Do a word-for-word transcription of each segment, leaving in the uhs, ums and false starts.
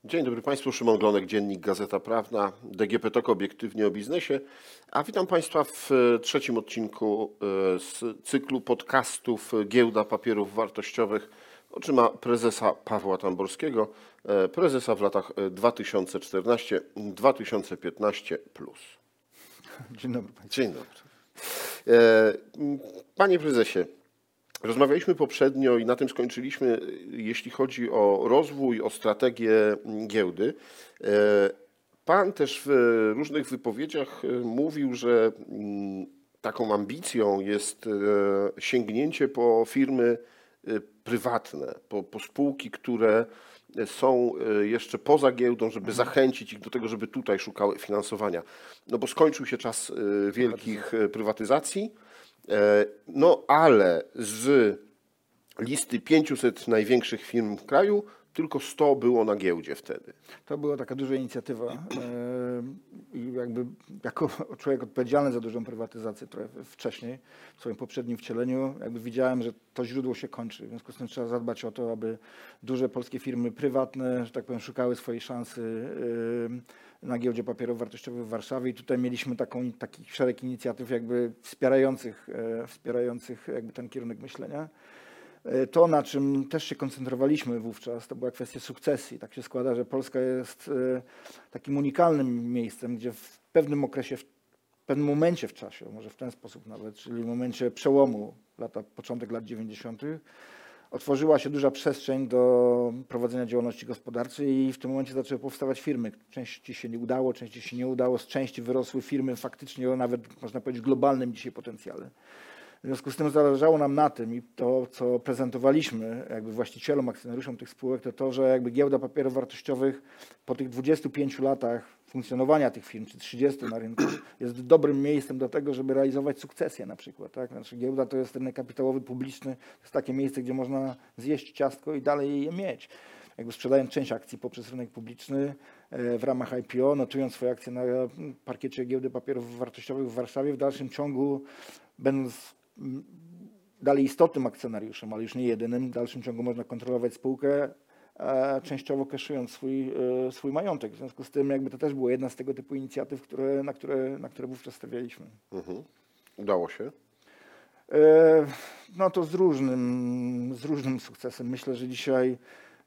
Dzień dobry Państwu, Szymon Glonek, Dziennik Gazeta Prawna, D G P T O K obiektywnie o biznesie, a witam Państwa w trzecim odcinku z cyklu podcastów Giełda Papierów Wartościowych. Oczyma prezesa Pawła Tamborskiego, prezesa w latach dwa tysiące czternastym do dwa tysiące piętnastego plus. Dzień dobry Państwu. Dzień dobry. Panie prezesie, rozmawialiśmy poprzednio i na tym skończyliśmy, jeśli chodzi o rozwój, o strategię giełdy. Pan też w różnych wypowiedziach mówił, że taką ambicją jest sięgnięcie po firmy prywatne, po, po spółki, które są jeszcze poza giełdą, żeby zachęcić ich do tego, żeby tutaj szukały finansowania. No bo skończył się czas wielkich prywatyzacji. No ale z listy pięciuset największych firm w kraju tylko sto było na giełdzie wtedy. To była taka duża inicjatywa i jakby jako człowiek odpowiedzialny za dużą prywatyzację trochę wcześniej, w swoim poprzednim wcieleniu, jakby widziałem, że to źródło się kończy. W związku z tym trzeba zadbać o to, aby duże polskie firmy prywatne, że tak powiem, szukały swojej szansy na giełdzie papierów wartościowych w Warszawie i tutaj mieliśmy taką, taki szereg inicjatyw jakby wspierających, wspierających jakby ten kierunek myślenia. To, na czym też się koncentrowaliśmy wówczas, to była kwestia sukcesji. Tak się składa, że Polska jest takim unikalnym miejscem, gdzie w pewnym okresie, w pewnym momencie w czasie, może w ten sposób nawet, czyli w momencie przełomu, lata, początek lat dziewięćdziesiątych, otworzyła się duża przestrzeń do prowadzenia działalności gospodarczej i w tym momencie zaczęły powstawać firmy. Części się nie udało, części się nie udało, z części wyrosły firmy faktycznie o nawet, można powiedzieć, globalnym dzisiaj potencjale. W związku z tym zależało nam na tym i to, co prezentowaliśmy jakby właścicielom, akcjonariuszom tych spółek, to to, że jakby giełda papierów wartościowych po tych dwudziestu pięciu latach funkcjonowania tych firm, czy trzydziestu na rynku, jest dobrym miejscem do tego, żeby realizować sukcesję na przykład. Tak? Znaczy giełda to jest rynek kapitałowy publiczny, to jest takie miejsce, gdzie można zjeść ciastko i dalej je mieć. Jakby sprzedając część akcji poprzez rynek publiczny w ramach I P O, notując swoje akcje na parkiecie giełdy papierów wartościowych w Warszawie, w dalszym ciągu będąc dalej istotnym akcjonariuszem, ale już nie jedynym, w dalszym ciągu można kontrolować spółkę, a częściowo cashując swój, swój majątek. W związku z tym jakby to też była jedna z tego typu inicjatyw, które, na, które, na które wówczas stawialiśmy. Mhm. Udało się? No to z różnym, z różnym sukcesem. Myślę, że dzisiaj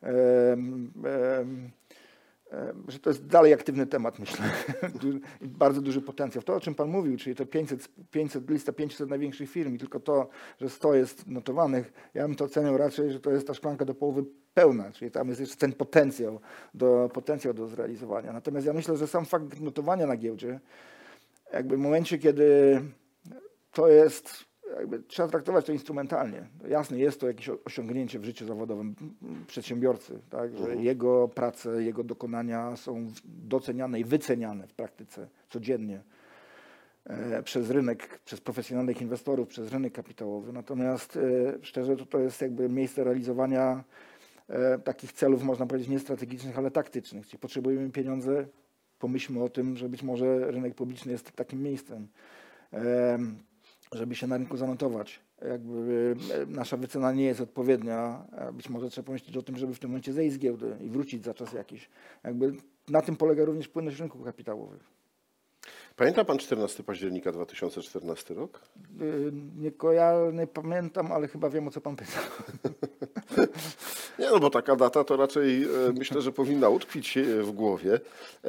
że to jest dalej aktywny temat, myślę. Bardzo duży potencjał. To, o czym Pan mówił, czyli to pięćset, pięćset, lista pięciuset największych firm i tylko to, że sto jest notowanych, ja bym to oceniał raczej, że to jest ta szklanka do połowy pełna, czyli tam jest jeszcze ten potencjał do, potencjał do zrealizowania. Natomiast ja myślę, że sam fakt notowania na giełdzie, jakby w momencie, kiedy to jest, jakby trzeba traktować to instrumentalnie. Jasne, jest to jakieś osiągnięcie w życiu zawodowym przedsiębiorcy, tak, że mhm. jego prace, jego dokonania są doceniane i wyceniane w praktyce codziennie e, przez rynek, przez profesjonalnych inwestorów, przez rynek kapitałowy. Natomiast e, szczerze to, to jest jakby miejsce realizowania e, takich celów, można powiedzieć, nie strategicznych, ale taktycznych. Czyli potrzebujemy pieniądze, pomyślmy o tym, że być może rynek publiczny jest takim miejscem. E, żeby się na rynku zanotować. Jakby nasza wycena nie jest odpowiednia, być może trzeba pomyśleć o tym, żeby w tym momencie zejść z giełdy i wrócić za czas jakiś. Jakby na tym polega również płynność rynków kapitałowych. Pamięta Pan czternastego października dwa tysiące czternastego rok? Nie, ja nie pamiętam, ale chyba wiem, o co Pan pytał. Nie, no bo taka data to raczej myślę, że powinna utkwić w głowie.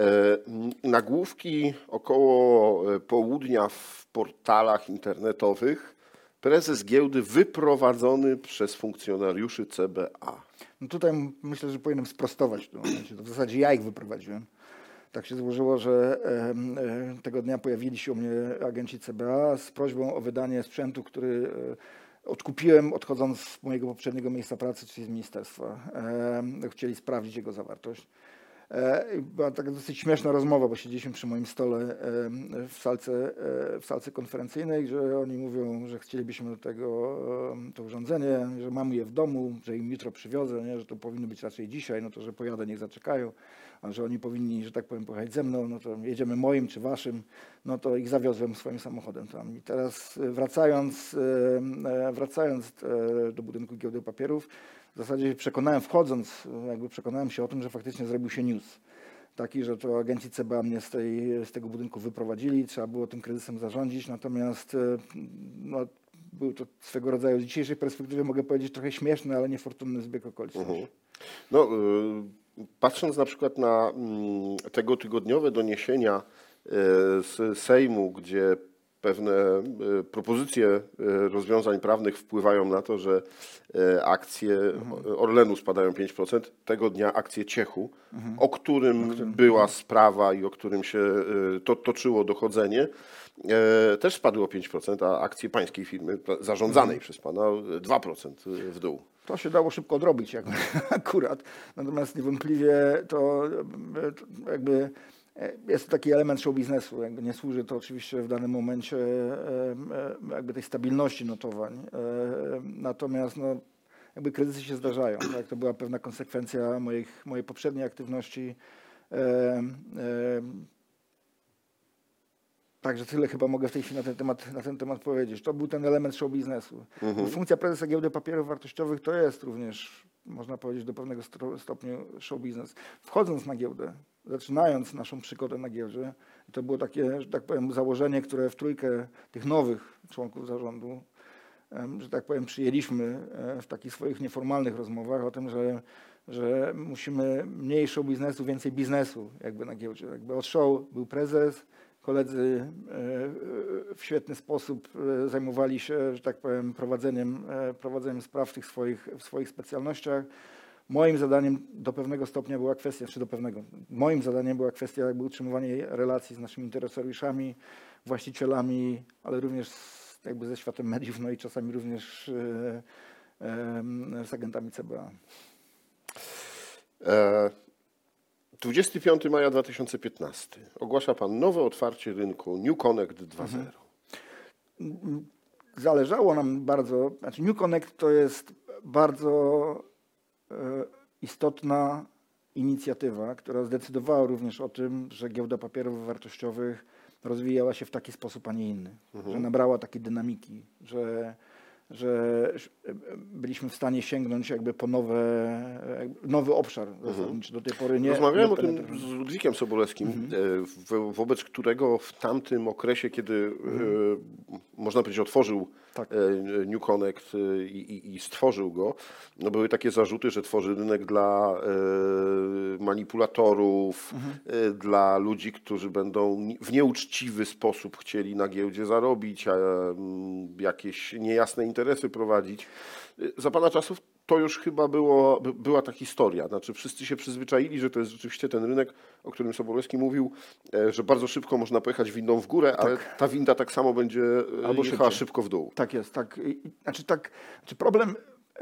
Nagłówki około południa w portalach internetowych. Prezes giełdy wyprowadzony przez funkcjonariuszy C B A. No tutaj myślę, że powinienem sprostować w tym momencie. To w zasadzie ja ich wyprowadziłem. Tak się złożyło, że tego dnia pojawili się u mnie agenci C B A z prośbą o wydanie sprzętu, który odkupiłem odchodząc z mojego poprzedniego miejsca pracy, czyli z ministerstwa. Chcieli sprawdzić jego zawartość. Była taka dosyć śmieszna rozmowa, bo siedzieliśmy przy moim stole w salce, w salce konferencyjnej, że oni mówią, że chcielibyśmy do tego to urządzenie, że mamy je w domu, że im jutro przywiozę, nie, że to powinno być raczej dzisiaj, no to że pojadę, niech zaczekają, a że oni powinni, że tak powiem, pojechać ze mną, no to jedziemy moim czy waszym, no to ich zawiozłem swoim samochodem tam. I teraz wracając, wracając do budynku Giełdy Papierów, w zasadzie przekonałem, wchodząc, jakby przekonałem się o tym, że faktycznie zrobił się news. Taki, że to agenci C B A mnie z, tej, z tego budynku wyprowadzili, trzeba było tym kryzysem zarządzić, natomiast no, był to swego rodzaju, z dzisiejszej perspektywy mogę powiedzieć trochę śmieszny, ale niefortunny zbieg okoliczności. Mhm. No, y, patrząc na przykład na mm, tego tygodniowe doniesienia y, z Sejmu, gdzie pewne y, propozycje y, rozwiązań prawnych wpływają na to, że y, akcje mhm. Orlenu spadają pięć procent, tego dnia akcje Ciechu, mhm. o którym, o którym była mhm. sprawa i o którym się y, to, toczyło dochodzenie, y, też spadły o pięć procent, a akcje pańskiej firmy zarządzanej mhm. przez pana dwa procent w dół. To się dało szybko odrobić jakby, akurat. Natomiast niewątpliwie to, to jakby jest to taki element show biznesu. Jakby nie służy to oczywiście w danym momencie jakby tej stabilności notowań. Natomiast no, jakby kryzysy się zdarzają. Tak? To była pewna konsekwencja moich, mojej poprzedniej aktywności. Także tyle chyba mogę w tej chwili na ten temat, na ten temat powiedzieć. To był ten element show biznesu. Mhm. Funkcja prezesa Giełdy Papierów Wartościowych to jest również, można powiedzieć, do pewnego stopnia show biznes. Wchodząc na giełdę, zaczynając naszą przygodę na giełdzie, to było takie, że tak powiem, założenie, które w trójkę tych nowych członków zarządu, że tak powiem, przyjęliśmy w takich swoich nieformalnych rozmowach o tym, że, że musimy mniej show biznesu, więcej biznesu jakby na giełdzie. Jakby od show był prezes, koledzy w świetny sposób zajmowali się, że tak powiem, prowadzeniem, prowadzeniem spraw w tych swoich, w swoich specjalnościach. Moim zadaniem do pewnego stopnia była kwestia, czy do pewnego, moim zadaniem była kwestia jakby utrzymywania relacji z naszymi interesariuszami, właścicielami, ale również z, jakby ze światem mediów, no i czasami również e, e, z agentami C B A. E dwudziestego piątego maja dwa tysiące piętnastego ogłasza pan nowe otwarcie rynku New Connect dwa zero. Mhm. Zależało nam bardzo, znaczy New Connect to jest bardzo e, istotna inicjatywa, która zdecydowała również o tym, że Giełda Papierów Wartościowych rozwijała się w taki sposób, a nie inny. Mhm. Że nabrała takiej dynamiki, że że byliśmy w stanie sięgnąć jakby po nowe, nowy obszar zasadniczy. Do tej pory nie. Rozmawiałem nie o tym z Ludwikiem Sobolewskim, mhm. wo wobec którego w tamtym okresie, kiedy mhm. e, można powiedzieć otworzył tak. e, New Connect e, i, i stworzył go, no były takie zarzuty, że tworzy rynek dla e, manipulatorów, mhm. e, dla ludzi, którzy będą w nieuczciwy sposób chcieli na giełdzie zarobić, a m, jakieś niejasne interesy prowadzić. Za pana czasów to już chyba było, była ta historia. Znaczy wszyscy się przyzwyczaili, że to jest rzeczywiście ten rynek, o którym Sobolewski mówił, że bardzo szybko można pojechać windą w górę, tak. ale ta winda tak samo będzie Albo jechała szybciej. szybko w dół. Tak jest. Tak. Znaczy, tak, znaczy problem,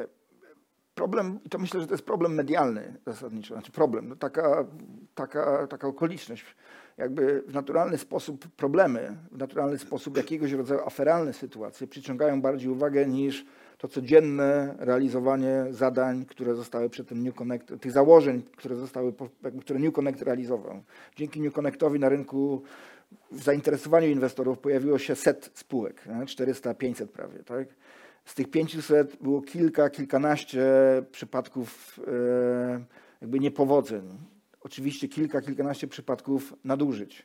problem, to myślę, że to jest problem medialny zasadniczo. Znaczy problem, no taka, taka, taka okoliczność. Jakby w naturalny sposób problemy, w naturalny sposób jakiegoś rodzaju aferalne sytuacje przyciągają bardziej uwagę niż to codzienne realizowanie zadań, które zostały przy tym New Connect, tych założeń, które zostały, jakby, które New Connect realizował. Dzięki New Connectowi na rynku w zainteresowaniu inwestorów pojawiło się set spółek, czterysta pięćset prawie, tak? Z tych pięciuset było kilka, kilkanaście przypadków e, jakby niepowodzeń. Oczywiście kilka, kilkanaście przypadków nadużyć.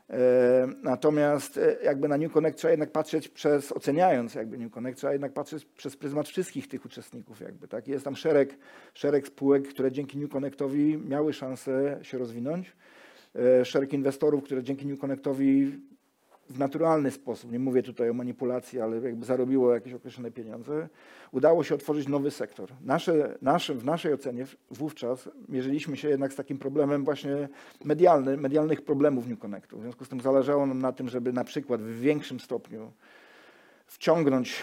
E, natomiast e, jakby na New Connect trzeba jednak patrzeć przez, oceniając jakby New Connect, trzeba jednak patrzeć przez pryzmat wszystkich tych uczestników jakby, tak? Jest tam szereg, szereg spółek, które dzięki New Connectowi miały szansę się rozwinąć. E, szereg inwestorów, które dzięki New Connectowi w naturalny sposób, nie mówię tutaj o manipulacji, ale jakby zarobiło jakieś określone pieniądze, udało się otworzyć nowy sektor. Nasze, nasze, w naszej ocenie wówczas mierzyliśmy się jednak z takim problemem właśnie medialnym, medialnych problemów New Connectu. W związku z tym zależało nam na tym, żeby na przykład w większym stopniu wciągnąć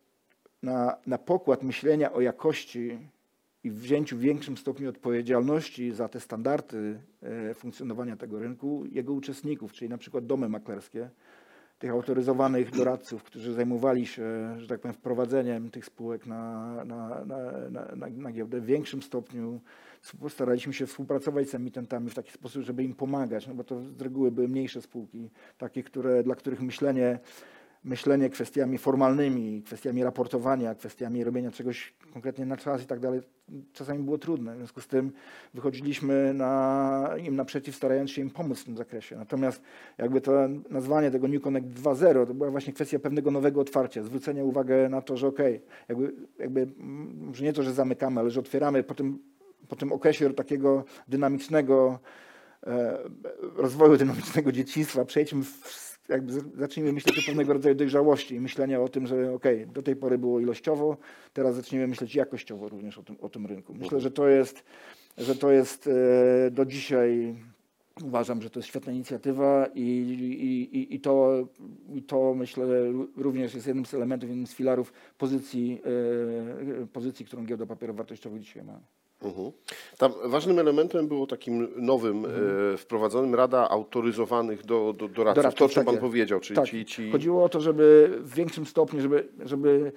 na, na pokład myślenia o jakości i wzięciu w większym stopniu odpowiedzialności za te standardy e, funkcjonowania tego rynku jego uczestników, czyli na przykład domy maklerskie, tych autoryzowanych doradców, którzy zajmowali się, że tak powiem, wprowadzeniem tych spółek na, na, na, na, na, na giełdę. W większym stopniu staraliśmy się współpracować z emitentami w taki sposób, żeby im pomagać, no bo to z reguły były mniejsze spółki, takie, które, dla których myślenie myślenie kwestiami formalnymi, kwestiami raportowania, kwestiami robienia czegoś konkretnie na czas i tak dalej, czasami było trudne. W związku z tym wychodziliśmy na, im naprzeciw, starając się im pomóc w tym zakresie. Natomiast jakby to nazwanie tego New Connect dwa zero to była właśnie kwestia pewnego nowego otwarcia, zwrócenia uwagi na to, że okej, okay, jakby, jakby może nie to, że zamykamy, ale że otwieramy po tym, po tym okresie takiego dynamicznego e, rozwoju dynamicznego dzieciństwa, przejdźmy w jakby zacznijmy myśleć o pewnego rodzaju dojrzałości i myślenia o tym, że okej, okay, do tej pory było ilościowo, teraz zaczniemy myśleć jakościowo również o tym, o tym rynku. Myślę, że to jest, że to jest e, do dzisiaj, uważam, że to jest świetna inicjatywa i, i, i, i, to, i to myślę również jest jednym z elementów, jednym z filarów pozycji, e, pozycji którą Giełda Papierów Wartościowych dzisiaj ma. Mhm. Tam ważnym elementem było takim nowym, mhm. e, wprowadzonym Rada Autoryzowanych do, do, doradców. Doradców, to, o czym tak Pan powiedział. Czyli tak. ci, ci... Chodziło o to, żeby w większym stopniu, żeby, żeby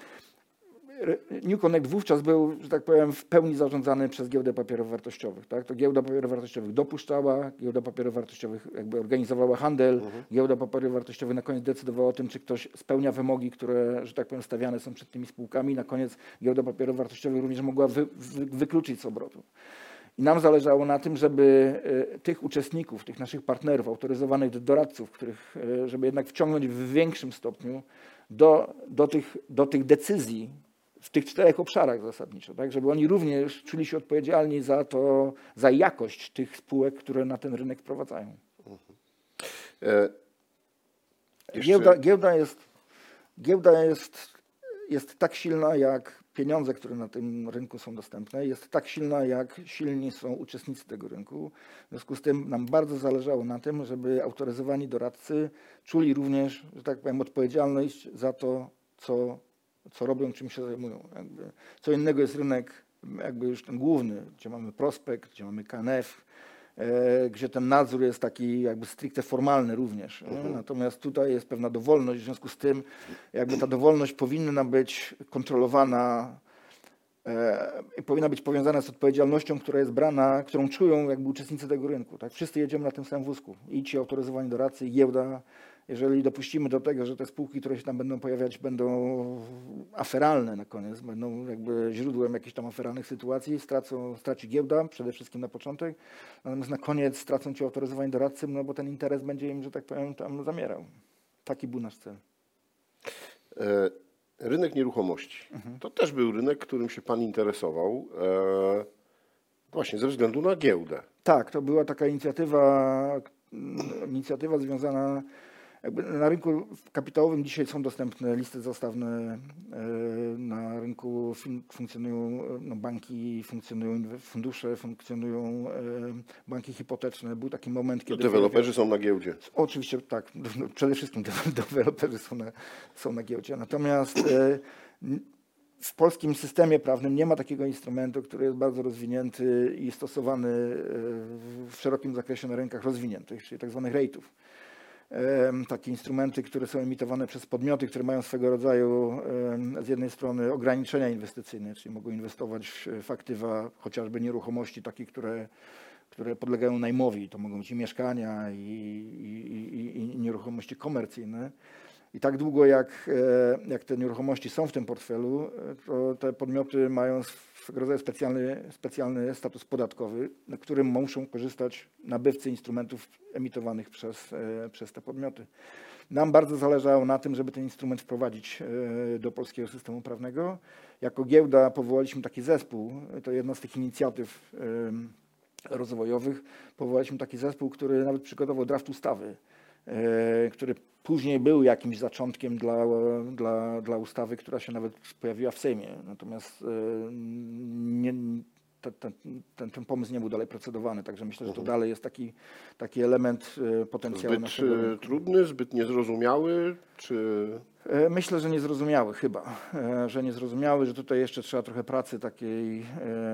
New Connect wówczas był, że tak powiem, w pełni zarządzany przez Giełdę Papierów Wartościowych. Tak? To Giełda Papierów Wartościowych dopuszczała, Giełda Papierów Wartościowych jakby organizowała handel, mhm. Giełda Papierów Wartościowych na koniec decydowała o tym, czy ktoś spełnia wymogi, które, że tak powiem, stawiane są przed tymi spółkami. Na koniec Giełda Papierów Wartościowych również mogła wy, wy, wykluczyć z obrotu. I nam zależało na tym, żeby y, tych uczestników, tych naszych partnerów, autoryzowanych doradców, których, y, żeby jednak wciągnąć w większym stopniu do, do, tych, do tych decyzji, w tych czterech obszarach zasadniczo, tak, żeby oni również czuli się odpowiedzialni za to, za jakość tych spółek, które na ten rynek wprowadzają. Mhm. E, jeszcze... Giełda, giełda, jest, giełda jest, jest tak silna, jak pieniądze, które na tym rynku są dostępne, jest tak silna, jak silni są uczestnicy tego rynku. W związku z tym nam bardzo zależało na tym, żeby autoryzowani doradcy czuli również, że tak powiem, odpowiedzialność za to, co co robią, czym się zajmują. Jakby co innego jest rynek jakby już ten główny, gdzie mamy prospekt, gdzie mamy K N F, e, gdzie ten nadzór jest taki jakby stricte formalny również. Mhm. Natomiast tutaj jest pewna dowolność, w związku z tym jakby ta dowolność powinna być kontrolowana e, i powinna być powiązana z odpowiedzialnością, która jest brana, którą czują jakby uczestnicy tego rynku. Tak? Wszyscy jedziemy na tym samym wózku. I ci autoryzowani doradcy, i giełda. Jeżeli dopuścimy do tego, że te spółki, które się tam będą pojawiać, będą aferalne na koniec, będą jakby źródłem jakichś tam aferalnych sytuacji, stracą, straci giełda przede wszystkim na początek, natomiast na koniec stracą ci autoryzowani doradcy, no bo ten interes będzie im, że tak powiem, tam zamierał. Taki był nasz cel. E, rynek nieruchomości. Mhm. To też był rynek, którym się Pan interesował, e, właśnie ze względu na giełdę. Tak, to była taka inicjatywa, inicjatywa związana. Jakby na rynku kapitałowym dzisiaj są dostępne listy zastawne, na rynku funkcjonują no, banki, funkcjonują fundusze, funkcjonują banki hipoteczne. Był taki moment, kiedy... Deweloperzy są na giełdzie. Oczywiście tak, przede wszystkim deweloperzy są na, są na giełdzie. Natomiast w polskim systemie prawnym nie ma takiego instrumentu, który jest bardzo rozwinięty i stosowany w szerokim zakresie na rynkach rozwiniętych, czyli tak zwanych rejtów. Takie instrumenty, które są emitowane przez podmioty, które mają swego rodzaju z jednej strony ograniczenia inwestycyjne, czyli mogą inwestować w aktywa, chociażby nieruchomości takie, które, które podlegają najmowi. To mogą być i mieszkania, i, i, i, i nieruchomości komercyjne. I tak długo jak, jak te nieruchomości są w tym portfelu, to te podmioty mają swego rodzaju specjalny, specjalny status podatkowy, na którym muszą korzystać nabywcy instrumentów emitowanych przez, przez te podmioty. Nam bardzo zależało na tym, żeby ten instrument wprowadzić do polskiego systemu prawnego. Jako giełda powołaliśmy taki zespół, to jedna z tych inicjatyw rozwojowych, powołaliśmy taki zespół, który nawet przygotował draft ustawy, który później był jakimś zaczątkiem dla, dla, dla ustawy, która się nawet pojawiła w Sejmie. Natomiast nie, te, te, ten, ten pomysł nie był dalej procedowany, także myślę, że to dalej jest taki, taki element potencjału zbyt naszego rynku. Trudny, zbyt niezrozumiały, czy... Myślę, że niezrozumiały chyba, że niezrozumiały, że tutaj jeszcze trzeba trochę pracy takiej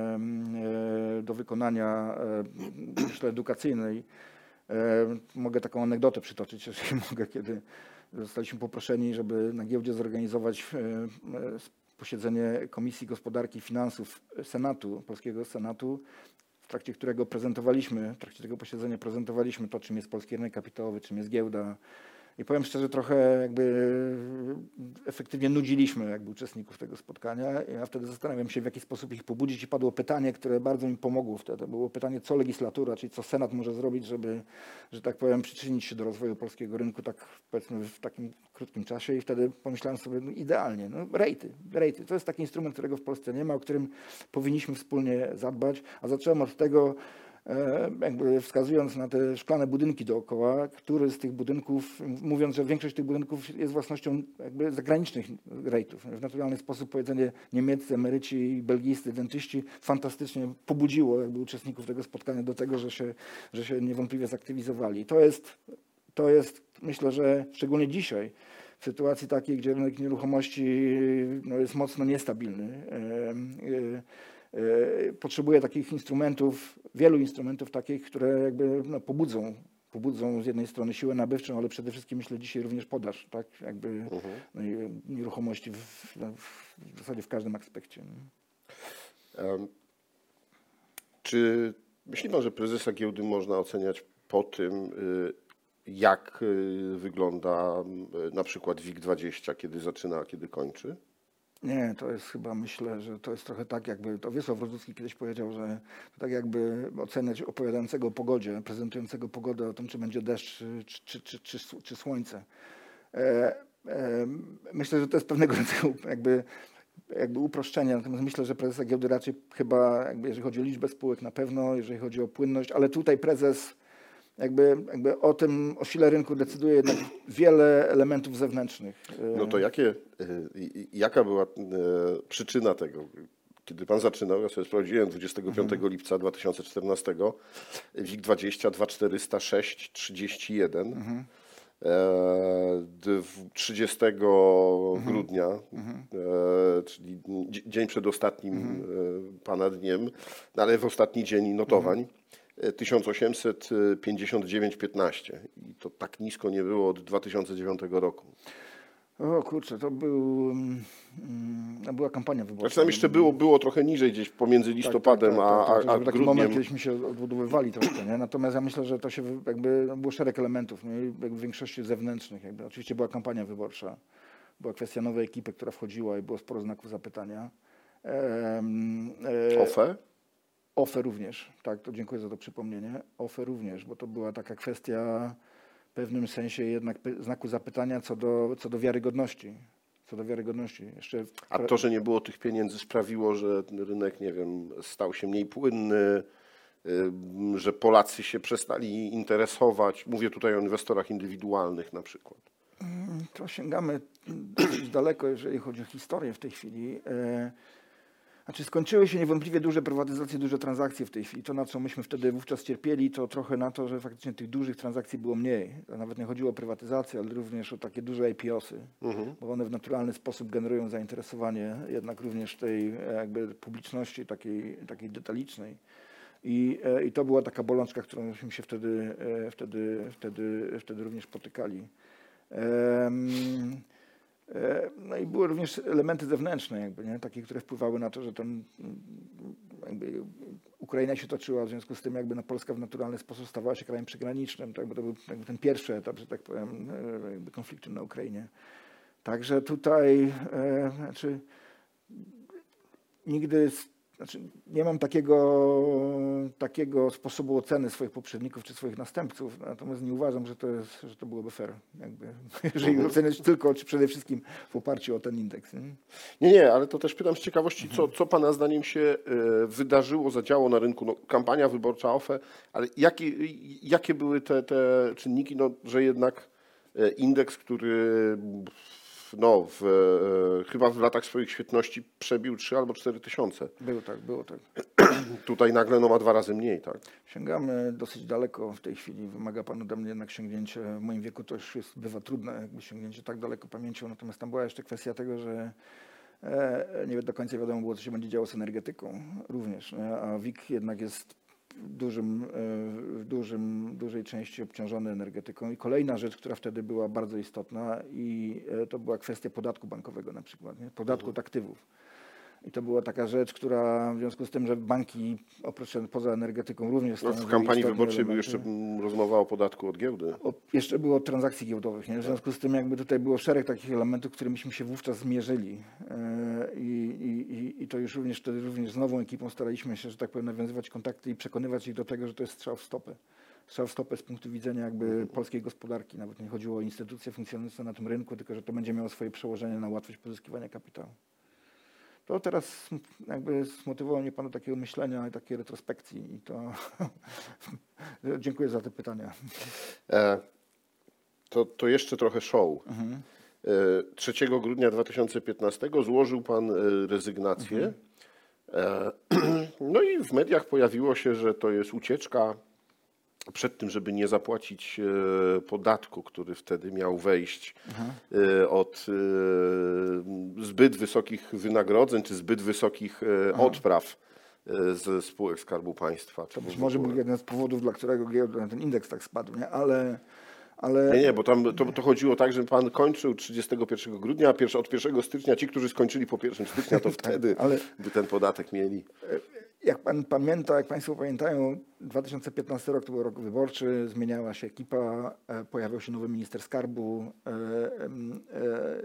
do wykonania, myślę, edukacyjnej. Mogę taką anegdotę przytoczyć, jeżeli mogę, kiedy zostaliśmy poproszeni, żeby na giełdzie zorganizować posiedzenie Komisji Gospodarki i Finansów Senatu, Polskiego Senatu, w trakcie którego prezentowaliśmy, w trakcie tego posiedzenia prezentowaliśmy to, czym jest polski rynek kapitałowy, czym jest giełda, I powiem szczerze, trochę jakby efektywnie nudziliśmy jakby uczestników tego spotkania. Ja wtedy zastanawiam się, w jaki sposób ich pobudzić i padło pytanie, które bardzo mi pomogło wtedy. Było pytanie, co legislatura, czyli co Senat może zrobić, żeby, że tak powiem, przyczynić się do rozwoju polskiego rynku tak powiedzmy w takim krótkim czasie. I wtedy pomyślałem sobie, no idealnie, no rejty, rejty. To jest taki instrument, którego w Polsce nie ma, o którym powinniśmy wspólnie zadbać. A zacząłem od tego, jakby wskazując na te szklane budynki dookoła, który z tych budynków, mówiąc, że większość tych budynków jest własnością jakby zagranicznych rejtów. W naturalny sposób powiedzenie niemieccy emeryci, belgijscy dentyści fantastycznie pobudziło jakby uczestników tego spotkania do tego, że się, że się niewątpliwie zaktywizowali. To jest, to jest, myślę, że szczególnie dzisiaj, w sytuacji takiej, gdzie rynek nieruchomości no, jest mocno niestabilny, potrzebuje takich instrumentów, wielu instrumentów takich, które jakby no, pobudzą, pobudzą z jednej strony siłę nabywczą, ale przede wszystkim myślę dzisiaj również podaż, tak, jakby uh-huh. no, nieruchomości w, w zasadzie w każdym aspekcie. Um, czy myśli pan, że prezesa giełdy można oceniać po tym, jak wygląda na przykład WIG dwadzieścia, kiedy zaczyna, a kiedy kończy? Nie, to jest chyba, myślę, że to jest trochę tak jakby, to Wiesław Rozucki kiedyś powiedział, że to tak jakby oceniać opowiadającego o pogodzie, prezentującego pogodę o tym, czy będzie deszcz, czy, czy, czy, czy, czy słońce. E, e, myślę, że to jest pewnego rodzaju jakby, jakby uproszczenie, natomiast myślę, że prezesa giełdy raczej chyba, jakby, jeżeli chodzi o liczbę spółek na pewno, jeżeli chodzi o płynność, ale tutaj prezes Jakby, jakby o tym, o sile rynku decyduje jednak wiele elementów zewnętrznych. No to jakie, jaka była przyczyna tego? Kiedy pan zaczynał, ja sobie sprawdziłem, dwudziestego piątego mhm. lipca dwa tysiące czternastego, WIG dwadzieścia, dwa czterysta sześć trzydzieści jeden. Mhm. trzydziestego mhm. grudnia, mhm. e, czyli dzień przed ostatnim mhm. pana dniem, no ale w ostatni dzień notowań. Mhm. tysiąc osiemset pięćdziesiąt dziewięć piętnaście i to tak nisko nie było od dwa tysiące dziewiątego roku. O kurczę, to był, to była kampania wyborcza. Znaczy tam jeszcze było, było trochę niżej gdzieś pomiędzy listopadem tak, tak, tak, tak, a, a, a grudniem. Taki moment, kiedyśmy się odbudowywali troszkę, nie? Natomiast ja myślę, że to się jakby, no było szereg elementów, nie? Jakby w większości zewnętrznych. Jakby. Oczywiście była kampania wyborcza, była kwestia nowej ekipy, która wchodziła i było sporo znaków zapytania. Ehm, e, O F E? O F E również, tak, to dziękuję za to przypomnienie. O F E również, bo to była taka kwestia w pewnym sensie jednak znaku zapytania co do, co do wiarygodności. Co do wiarygodności. Jeszcze w... A to, że nie było tych pieniędzy sprawiło, że rynek, nie wiem, stał się mniej płynny, że Polacy się przestali interesować. Mówię tutaj o inwestorach indywidualnych na przykład. To sięgamy dosyć daleko, jeżeli chodzi o historię w tej chwili. Znaczy skończyły się niewątpliwie duże prywatyzacje, duże transakcje w tej chwili. To, na co myśmy wtedy wówczas cierpieli, to trochę na to, że faktycznie tych dużych transakcji było mniej. To nawet nie chodziło o prywatyzację, ale również o takie duże I P O-sy, mhm. bo one w naturalny sposób generują zainteresowanie jednak również tej jakby publiczności takiej, takiej detalicznej. I, I to była taka bolączka, którąśmy się wtedy, wtedy, wtedy, wtedy również potykali. Um, No i były również elementy zewnętrzne, jakby, nie? Takie, które wpływały na to, że ten, jakby Ukraina się toczyła, w związku z tym jakby no Polska w naturalny sposób stawała się krajem przygranicznym, tak? Bo to był jakby ten pierwszy etap, że tak powiem, jakby konfliktu na Ukrainie. Także tutaj e, znaczy, nigdy Znaczy, nie mam takiego, takiego sposobu oceny swoich poprzedników czy swoich następców, natomiast nie uważam, że to, jest, że to byłoby fair, jakby, jeżeli mhm. oceniać tylko, czy przede wszystkim w oparciu o ten indeks. Nie, nie, nie ale to też pytam z ciekawości, co, co pana zdaniem się y, wydarzyło, zadziało na rynku? No, kampania wyborcza O F E, ale jakie, jakie były te, te czynniki, no, że jednak y, indeks, który no, w, e, chyba w latach swoich świetności przebił trzy albo cztery tysiące. Było tak, było tak. Tutaj nagle no, ma dwa razy mniej, tak? Sięgamy dosyć daleko w tej chwili. Wymaga pan ode mnie jednak sięgnięcie. W moim wieku to już jest, bywa trudne jakby sięgnięcie tak daleko pamięcią. Natomiast tam była jeszcze kwestia tego, że e, nie do końca wiadomo było, co się będzie działo z energetyką również. Nie? A WIG jednak jest w dużym, w dużym, dużej części obciążony energetyką. I kolejna rzecz, która wtedy była bardzo istotna i to była kwestia podatku bankowego na przykład, nie? Podatku od aktywów. I to była taka rzecz, która w związku z tym, że banki oprócz poza energetyką również No, w stanowiły kampanii istotne wyborczej był elementy. jeszcze mm, rozmowa o podatku od giełdy. O, jeszcze było od transakcji giełdowych. Nie? W związku z tym jakby tutaj było szereg takich elementów, którymiśmy się wówczas zmierzyli. E, I, i, i, I to już również wtedy również z nową ekipą staraliśmy się, że tak powiem, nawiązywać kontakty i przekonywać ich do tego, że to jest strzał w stopę. Strzał w stopę z punktu widzenia jakby polskiej gospodarki. Nawet nie chodziło o instytucje funkcjonujące na tym rynku, tylko że to będzie miało swoje przełożenie na łatwość pozyskiwania kapitału. To teraz jakby zmotywowało mnie Pan do takiego myślenia i takiej retrospekcji i to dziękuję za te pytania. E, to, to jeszcze trochę show. Mhm. E, trzeciego grudnia dwa tysiące piętnastego złożył Pan e, rezygnację. E, no i w mediach pojawiło się, że to jest ucieczka przed tym, żeby nie zapłacić e, podatku, który wtedy miał wejść e, od e, zbyt wysokich wynagrodzeń czy zbyt wysokich e, odpraw e, ze spółek Skarbu Państwa. To być może był jeden z powodów, dla którego giełda, ten indeks tak spadł, nie? Ale, ale... Nie, nie, bo tam to, to chodziło tak, że pan kończył trzydziestego pierwszego grudnia, a pierwszy, od pierwszego stycznia ci, którzy skończyli po pierwszego stycznia, to wtedy ale- by ten podatek mieli. Jak Pan pamięta, jak Państwo pamiętają, dwa tysiące piętnasty rok to był rok wyborczy, zmieniała się ekipa, e, pojawił się nowy minister skarbu. E, e,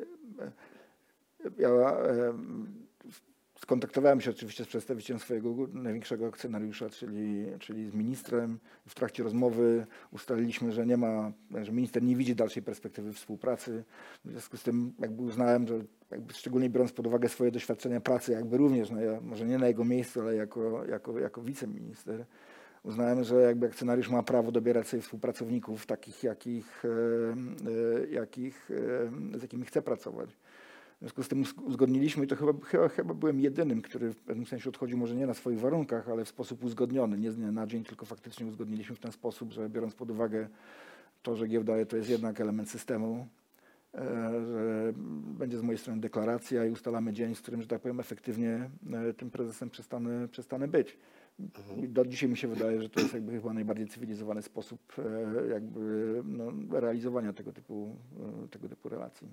e, ja e, skontaktowałem się oczywiście z przedstawicielem swojego największego akcjonariusza, czyli, czyli z ministrem. W trakcie rozmowy ustaliliśmy, że nie ma, że minister nie widzi dalszej perspektywy współpracy. W związku z tym jakby uznałem, że jakby szczególnie biorąc pod uwagę swoje doświadczenia pracy, jakby również, no ja, może nie na jego miejscu, ale jako, jako, jako wiceminister, uznałem, że jakby akcjonariusz ma prawo dobierać sobie współpracowników takich, jakich, e, e, jakich, e, z jakimi chce pracować. W związku z tym uzgodniliśmy i to chyba, chyba, chyba byłem jedynym, który w pewnym sensie odchodził może nie na swoich warunkach, ale w sposób uzgodniony, nie z dnia na dzień, tylko faktycznie uzgodniliśmy w ten sposób, że biorąc pod uwagę to, że giełda to jest jednak element systemu, e, że będzie z mojej strony deklaracja i ustalamy dzień, z którym, że tak powiem, efektywnie e, tym prezesem przestanę, przestanę być. I do dzisiaj mi się wydaje, że to jest jakby chyba najbardziej cywilizowany sposób e, jakby no, realizowania tego typu, e, tego typu relacji.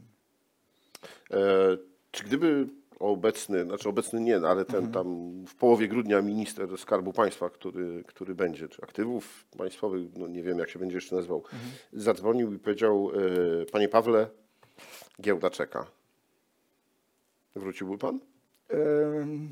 E, czy gdyby obecny, znaczy obecny nie, no ale ten tam w połowie grudnia minister Skarbu Państwa, który, który będzie, czy aktywów państwowych, no nie wiem jak się będzie jeszcze nazywał, zadzwonił i powiedział, e, panie Pawle, giełda czeka. Wróciłby pan? Ym,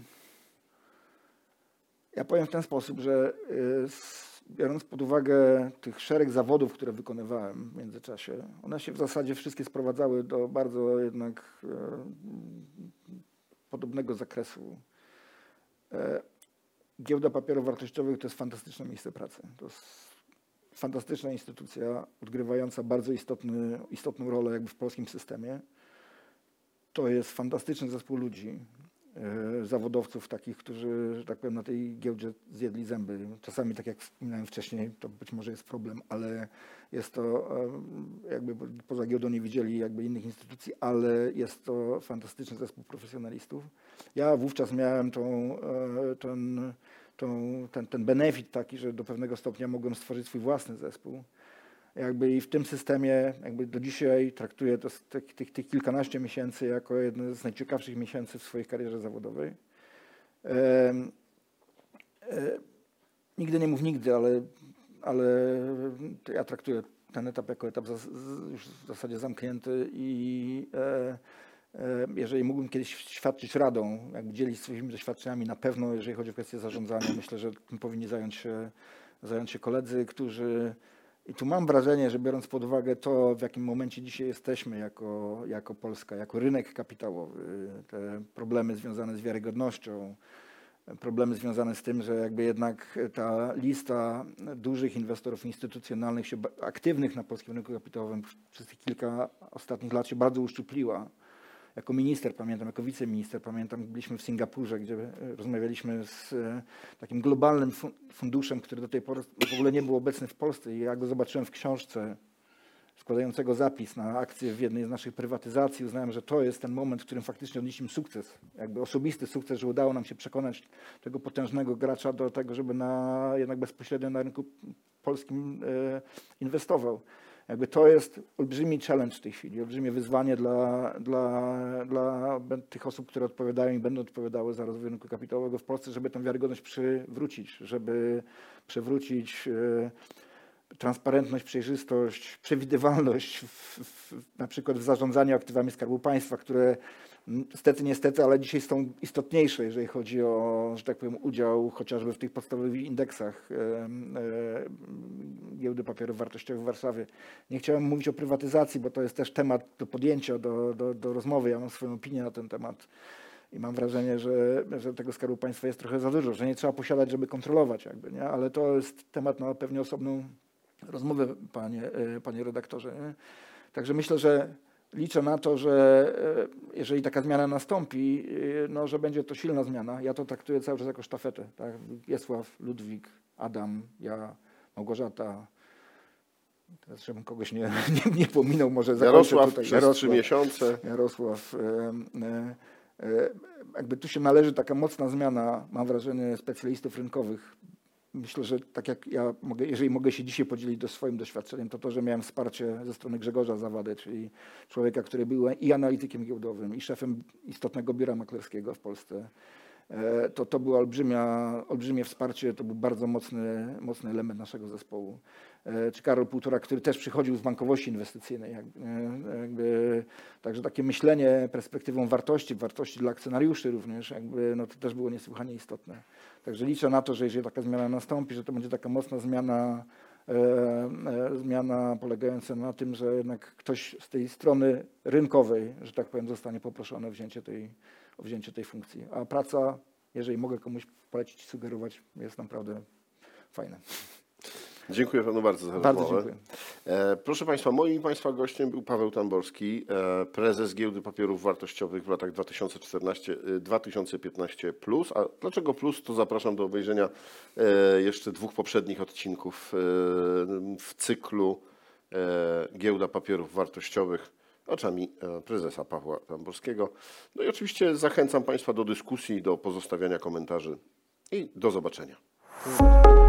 Ja powiem w ten sposób, że y, s- biorąc pod uwagę tych szereg zawodów, które wykonywałem w międzyczasie, one się w zasadzie wszystkie sprowadzały do bardzo jednak y, podobnego zakresu. E, Giełda Papierów Wartościowych to jest fantastyczne miejsce pracy. To jest fantastyczna instytucja, odgrywająca bardzo istotny, istotną rolę jakby w polskim systemie. To jest fantastyczny zespół ludzi, e, zawodowców takich, którzy, że tak powiem, na tej giełdzie zjedli zęby. Czasami, tak jak wspominałem wcześniej, to być może jest problem, ale jest to, e, jakby poza giełdą nie widzieli jakby innych instytucji, ale jest to fantastyczny zespół profesjonalistów. Ja wówczas miałem tą, e, ten, tą, ten, ten benefit taki, że do pewnego stopnia mogłem stworzyć swój własny zespół. Jakby i w tym systemie jakby do dzisiaj traktuję to z tych, tych, tych kilkanaście miesięcy jako jedne z najciekawszych miesięcy w swojej karierze zawodowej. E, e, nigdy nie mów nigdy, ale, ale to ja traktuję ten etap jako etap za, z, już w zasadzie zamknięty i e, e, jeżeli mógłbym kiedyś świadczyć radą, jakby dzielić swoimi doświadczeniami, na pewno jeżeli chodzi o kwestię zarządzania, myślę, że tym powinni zająć się, zająć się koledzy, którzy i tu mam wrażenie, że biorąc pod uwagę to, w jakim momencie dzisiaj jesteśmy jako, jako Polska, jako rynek kapitałowy, te problemy związane z wiarygodnością, problemy związane z tym, że jakby jednak ta lista dużych inwestorów instytucjonalnych, się, aktywnych na polskim rynku kapitałowym przez tych kilka ostatnich lat się bardzo uszczupliła. Jako minister pamiętam, jako wiceminister pamiętam, byliśmy w Singapurze, gdzie rozmawialiśmy z takim globalnym funduszem, który do tej pory w ogóle nie był obecny w Polsce i ja go zobaczyłem w książce składającego zapis na akcję w jednej z naszych prywatyzacji. Uznałem, że to jest ten moment, w którym faktycznie odnieśliśmy sukces, jakby osobisty sukces, że udało nam się przekonać tego potężnego gracza do tego, żeby na, jednak bezpośrednio na rynku polskim e, inwestował. Jakby to jest olbrzymi challenge w tej chwili, olbrzymie wyzwanie dla, dla, dla tych osób, które odpowiadają i będą odpowiadały za rozwój rynku kapitałowego w Polsce, żeby tę wiarygodność przywrócić, żeby przywrócić transparentność, przejrzystość, przewidywalność w, w, na przykład w zarządzaniu aktywami Skarbu Państwa, które niestety, niestety, ale dzisiaj są istotniejsze, jeżeli chodzi o, że tak powiem, udział chociażby w tych podstawowych indeksach e, e, Giełdy Papierów Wartościowych w Warszawie. Nie chciałem mówić o prywatyzacji, bo to jest też temat do podjęcia, do, do, do rozmowy. Ja mam swoją opinię na ten temat. I mam wrażenie, że, że tego Skarbu Państwa jest trochę za dużo, że nie trzeba posiadać, żeby kontrolować jakby, nie? Ale to jest temat na pewnie osobną rozmowę, panie, panie redaktorze. Nie? Także myślę, że liczę na to, że jeżeli taka zmiana nastąpi, no, że będzie to silna zmiana. Ja to traktuję cały czas jako sztafetę. Tak? Wiesław, Ludwik, Adam, ja, Małgorzata. Teraz, żebym kogoś nie, nie, nie pominął, może Jarosław tutaj. przez Jarosław, trzy miesiące. Jarosław. E, e, jakby tu się należy taka mocna zmiana, mam wrażenie, specjalistów rynkowych. Myślę, że tak jak ja mogę, jeżeli mogę się dzisiaj podzielić do swoim doświadczeniem, to to, że miałem wsparcie ze strony Grzegorza Zawady, czyli człowieka, który był i analitykiem giełdowym, i szefem istotnego biura maklerskiego w Polsce. To, to było olbrzymia, olbrzymie wsparcie, to był bardzo mocny, mocny element naszego zespołu. Czy Karol Półtora, który też przychodził z bankowości inwestycyjnej. Jakby, jakby, także takie myślenie perspektywą wartości, wartości dla akcjonariuszy również, jakby, no to też było niesłychanie istotne. Także liczę na to, że jeżeli taka zmiana nastąpi, że to będzie taka mocna zmiana, e, e, zmiana polegająca na tym, że jednak ktoś z tej strony rynkowej, że tak powiem, zostanie poproszony o wzięcie tej, o wzięcie tej funkcji. A praca, jeżeli mogę komuś polecić, sugerować, jest naprawdę fajna. Dziękuję panu bardzo za Bardzo rozmowę. dziękuję. E, proszę państwa, moim i państwa gościem był Paweł Tamborski, e, prezes Giełdy Papierów Wartościowych w latach dwa tysiące czternaście do dwa tysiące piętnaście plus. A dlaczego plus? To zapraszam do obejrzenia e, jeszcze dwóch poprzednich odcinków e, w cyklu e, Giełda Papierów Wartościowych oczami e, prezesa Pawła Tamborskiego. No i oczywiście zachęcam państwa do dyskusji, do pozostawiania komentarzy i do zobaczenia.